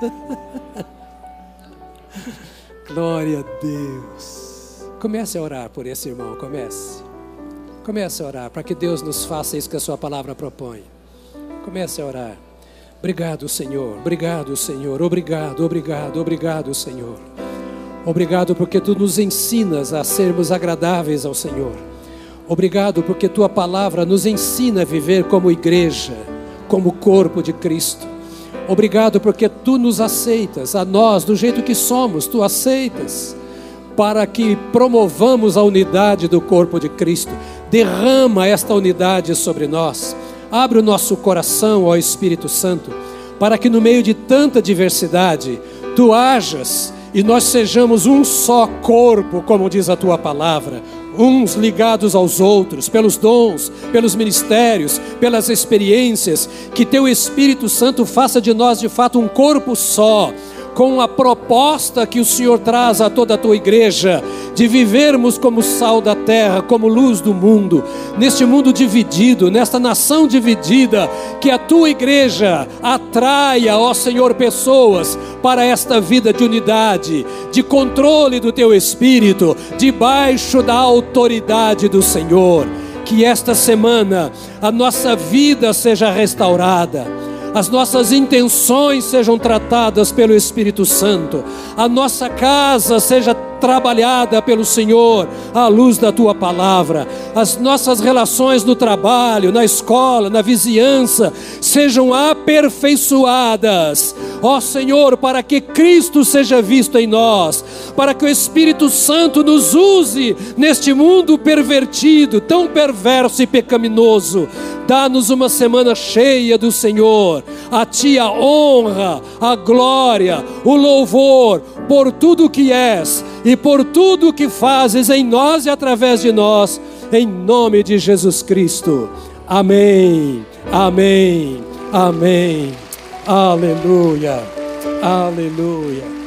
Glória a Deus. Comece a orar por esse irmão, comece a orar, para que Deus nos faça isso que a sua palavra propõe. Comece a orar. Obrigado, Senhor, obrigado, Senhor, obrigado, Senhor. Obrigado porque Tu nos ensinas a sermos agradáveis ao Senhor. Obrigado porque Tua palavra nos ensina a viver como igreja, como corpo de Cristo. Obrigado porque Tu nos aceitas, a nós, do jeito que somos, Tu aceitas, para que promovamos a unidade do corpo de Cristo. Derrama esta unidade sobre nós. Abre o nosso coração ao Espírito Santo, para que no meio de tanta diversidade, Tu hajas e nós sejamos um só corpo, como diz a Tua palavra, uns ligados aos outros, pelos dons, pelos ministérios, pelas experiências. Que Teu Espírito Santo faça de nós de fato um corpo só, com a proposta que o Senhor traz a toda a Tua igreja, de vivermos como sal da terra, como luz do mundo, neste mundo dividido, nesta nação dividida. Que a Tua igreja atraia, ó Senhor, pessoas para esta vida de unidade, de controle do Teu Espírito, debaixo da autoridade do Senhor. Que esta semana a nossa vida seja restaurada, as nossas intenções sejam tratadas pelo Espírito Santo, a nossa casa seja trabalhada pelo Senhor à luz da tua palavra. As nossas relações no trabalho, na escola, na vizinhança, sejam aperfeiçoadas, ó Senhor, para que Cristo seja visto em nós, para que o Espírito Santo nos use neste mundo pervertido, tão perverso e pecaminoso. Dá-nos uma semana cheia do Senhor. A Ti a honra, a glória, o louvor por tudo que és e por tudo que fazes em nós e através de nós, em nome de Jesus Cristo. Amém, amém, amém. Aleluia, aleluia.